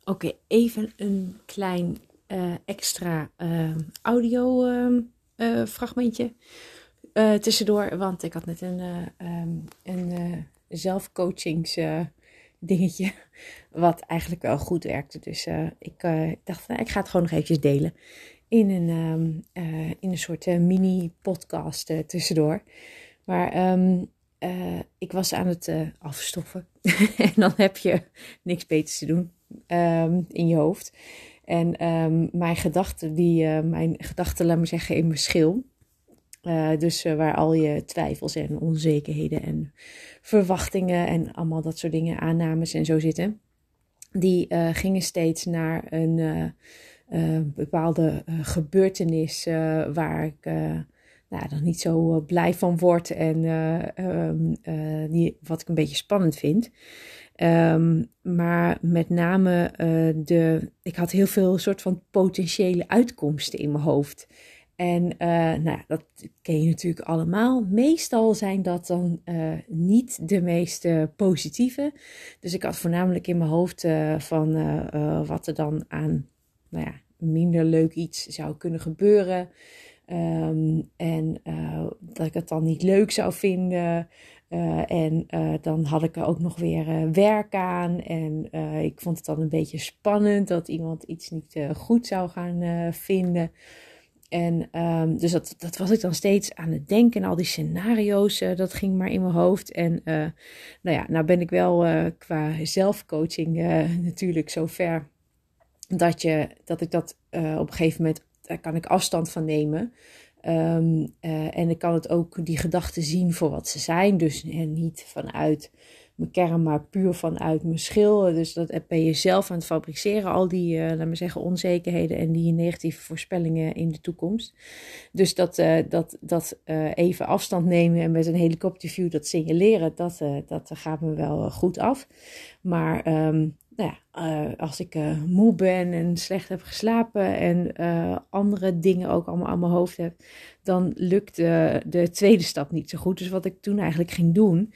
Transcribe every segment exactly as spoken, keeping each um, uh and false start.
Oké, even een klein eh, extra eh, audio ehm, eh, fragmentje eh, tussendoor. Want ik had net een, eh, ehm, een eh, zelfcoachings eh, dingetje. Wat eigenlijk wel goed werkte. Dus eh, ik eh, dacht, nou, ik ga het gewoon nog eventjes delen. In een, ehm, eh, in een soort eh, mini-podcast eh, tussendoor. Maar ehm, eh, ik was aan het eh, afstoffen. En dan heb je niks beters te doen um, in je hoofd. En um, mijn gedachten, die, uh, mijn gedachten, laat maar zeggen, in mijn schil. Uh, dus uh, waar al je twijfels en onzekerheden en verwachtingen en allemaal dat soort dingen, aannames en zo zitten. Die uh, gingen steeds naar een uh, uh, bepaalde uh, gebeurtenis uh, waar ik uh, nou, dan niet zo uh, blij van word. En uh, um, uh, die, wat ik een beetje spannend vind. Um, maar met name uh, de, ik had heel veel soort van potentiële uitkomsten in mijn hoofd. En uh, nou ja, dat ken je natuurlijk allemaal. Meestal zijn dat dan uh, niet de meest uh, positieve. Dus ik had voornamelijk in mijn hoofd uh, van uh, uh, wat er dan aan nou ja, minder leuk iets zou kunnen gebeuren. Um, en uh, dat ik het dan niet leuk zou vinden. Uh, en uh, dan had ik er ook nog weer uh, werk aan. En uh, ik vond het dan een beetje spannend dat iemand iets niet uh, goed zou gaan uh, vinden. En um, dus dat, dat was ik dan steeds aan het denken. En al die scenario's, uh, dat ging maar in mijn hoofd. En uh, nou ja, nou ben ik wel uh, qua zelfcoaching uh, natuurlijk zover dat, je, dat ik dat uh, op een gegeven moment, daar kan ik afstand van nemen. Um, uh, en ik kan het ook, die gedachten zien voor wat ze zijn. Dus uh, niet vanuit mijn kern, maar puur vanuit mijn schil. Dus dat ben je zelf aan het fabriceren. Al die, uh, laat maar zeggen, onzekerheden en die negatieve voorspellingen in de toekomst. Dus dat, uh, dat, dat uh, even afstand nemen en met een helikopterview dat signaleren, dat, uh, dat gaat me wel goed af. Maar um, nou ja, uh, als ik uh, moe ben en slecht heb geslapen en uh, andere dingen ook allemaal aan mijn hoofd heb, dan lukt uh, de tweede stap niet zo goed. Dus wat ik toen eigenlijk ging doen,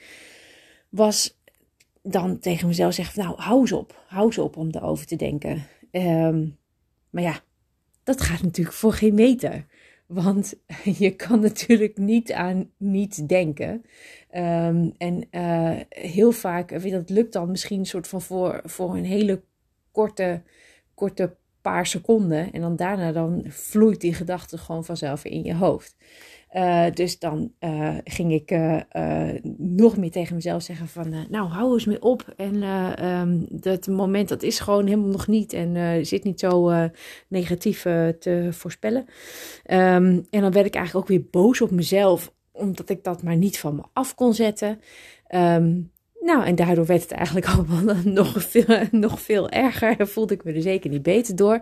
was dan tegen mezelf zeggen, nou, hou eens op. Hou eens op om erover te denken. Um, maar ja, dat gaat natuurlijk voor geen meter. Want je kan natuurlijk niet aan niet denken. Um, en uh, heel vaak, dat lukt dan misschien een soort van voor, voor een hele korte, korte paar seconden. En dan daarna dan vloeit die gedachte gewoon vanzelf in je hoofd. Uh, dus dan uh, ging ik uh, uh, nog meer tegen mezelf zeggen van, uh, nou, hou eens mee op. En uh, um, dat moment, dat is gewoon helemaal nog niet. En uh, zit niet zo uh, negatief uh, te voorspellen. Um, en dan werd ik eigenlijk ook weer boos op mezelf, omdat ik dat maar niet van me af kon zetten. Um, nou, en daardoor werd het eigenlijk allemaal nog veel, nog veel erger. Voelde ik me er zeker niet beter door.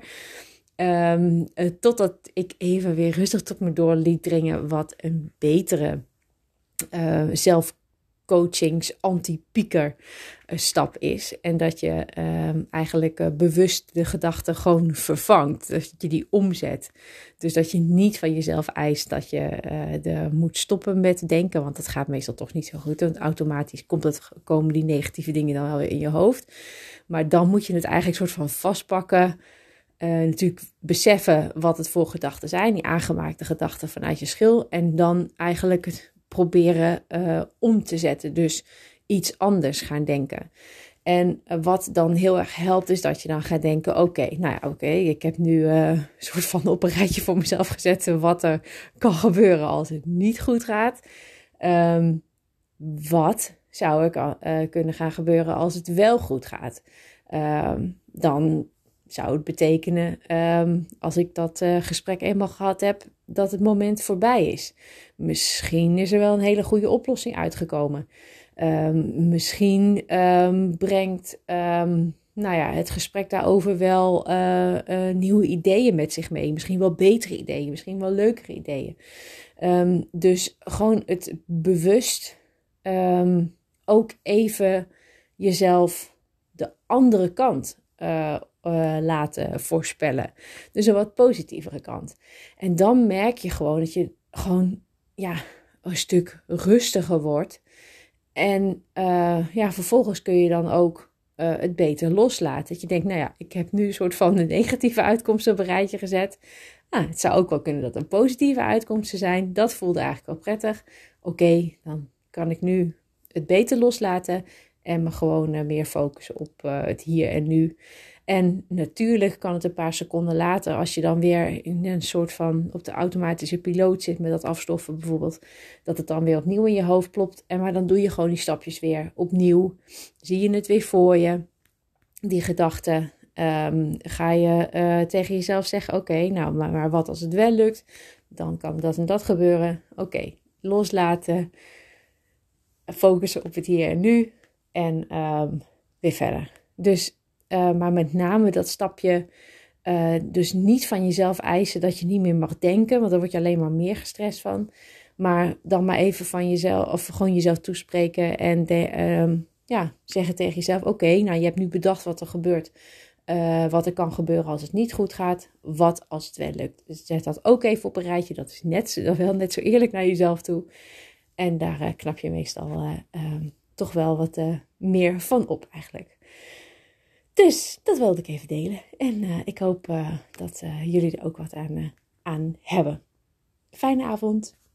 Um, uh, totdat ik even weer rustig tot me door liet dringen wat een betere uh, zelfcoachings anti-pieker uh, stap is. En dat je um, eigenlijk uh, bewust de gedachte gewoon vervangt. Dus dat je die omzet. Dus dat je niet van jezelf eist dat je uh, de, moet stoppen met denken. Want dat gaat meestal toch niet zo goed. Want automatisch komt dat, komen die negatieve dingen dan wel weer in je hoofd. Maar dan moet je het eigenlijk soort van vastpakken. Uh, natuurlijk beseffen wat het voor gedachten zijn, die aangemaakte gedachten vanuit je schil. En dan eigenlijk het proberen uh, om te zetten. Dus iets anders gaan denken. En uh, wat dan heel erg helpt is dat je dan gaat denken, oké, okay, nou ja, oké, okay, ik heb nu uh, een soort van op een rijtje voor mezelf gezet wat er kan gebeuren als het niet goed gaat. Um, wat zou er uh, kunnen gaan gebeuren als het wel goed gaat? Um, dan zou het betekenen, um, als ik dat uh, gesprek eenmaal gehad heb, dat het moment voorbij is. Misschien is er wel een hele goede oplossing uitgekomen. Um, misschien um, brengt um, nou ja, het gesprek daarover wel uh, uh, nieuwe ideeën met zich mee. Misschien wel betere ideeën, misschien wel leukere ideeën. Um, dus gewoon het bewust um, ook even jezelf de andere kant uh, Uh, laten voorspellen. Dus een wat positievere kant. En dan merk je gewoon dat je gewoon ja, een stuk rustiger wordt. En uh, ja, vervolgens kun je dan ook uh, het beter loslaat. Dat je denkt, nou ja, ik heb nu een soort van de negatieve uitkomsten op een rijtje gezet. Nou, het zou ook wel kunnen dat er positieve uitkomsten zijn. Dat voelde eigenlijk wel prettig. Oké, okay, dan kan ik nu het beter loslaten en me gewoon uh, meer focussen op uh, het hier en nu. En natuurlijk kan het een paar seconden later, als je dan weer in een soort van op de automatische piloot zit met dat afstoffen bijvoorbeeld, dat het dan weer opnieuw in je hoofd plopt. En maar dan doe je gewoon die stapjes weer opnieuw. Zie je het weer voor je, die gedachten. Um, ga je uh, tegen jezelf zeggen, oké, okay, nou, maar, maar wat als het wel lukt? Dan kan dat en dat gebeuren. Oké, okay, loslaten, focussen op het hier en nu en um, weer verder. Dus, uh, maar met name dat stapje, uh, dus niet van jezelf eisen dat je niet meer mag denken, want daar word je alleen maar meer gestrest van. Maar dan maar even van jezelf, of gewoon jezelf toespreken en de, um, ja, zeggen tegen jezelf, oké, okay, nou, je hebt nu bedacht wat er gebeurt. Uh, wat er kan gebeuren als het niet goed gaat. Wat als het wel lukt. Dus zet dat ook even op een rijtje. Dat is net, dat wel net zo eerlijk naar jezelf toe. En daar uh, knap je meestal uh, um, toch wel wat uh, meer van op eigenlijk. Dus dat wilde ik even delen. En uh, ik hoop uh, dat uh, jullie er ook wat aan, uh, aan hebben. Fijne avond.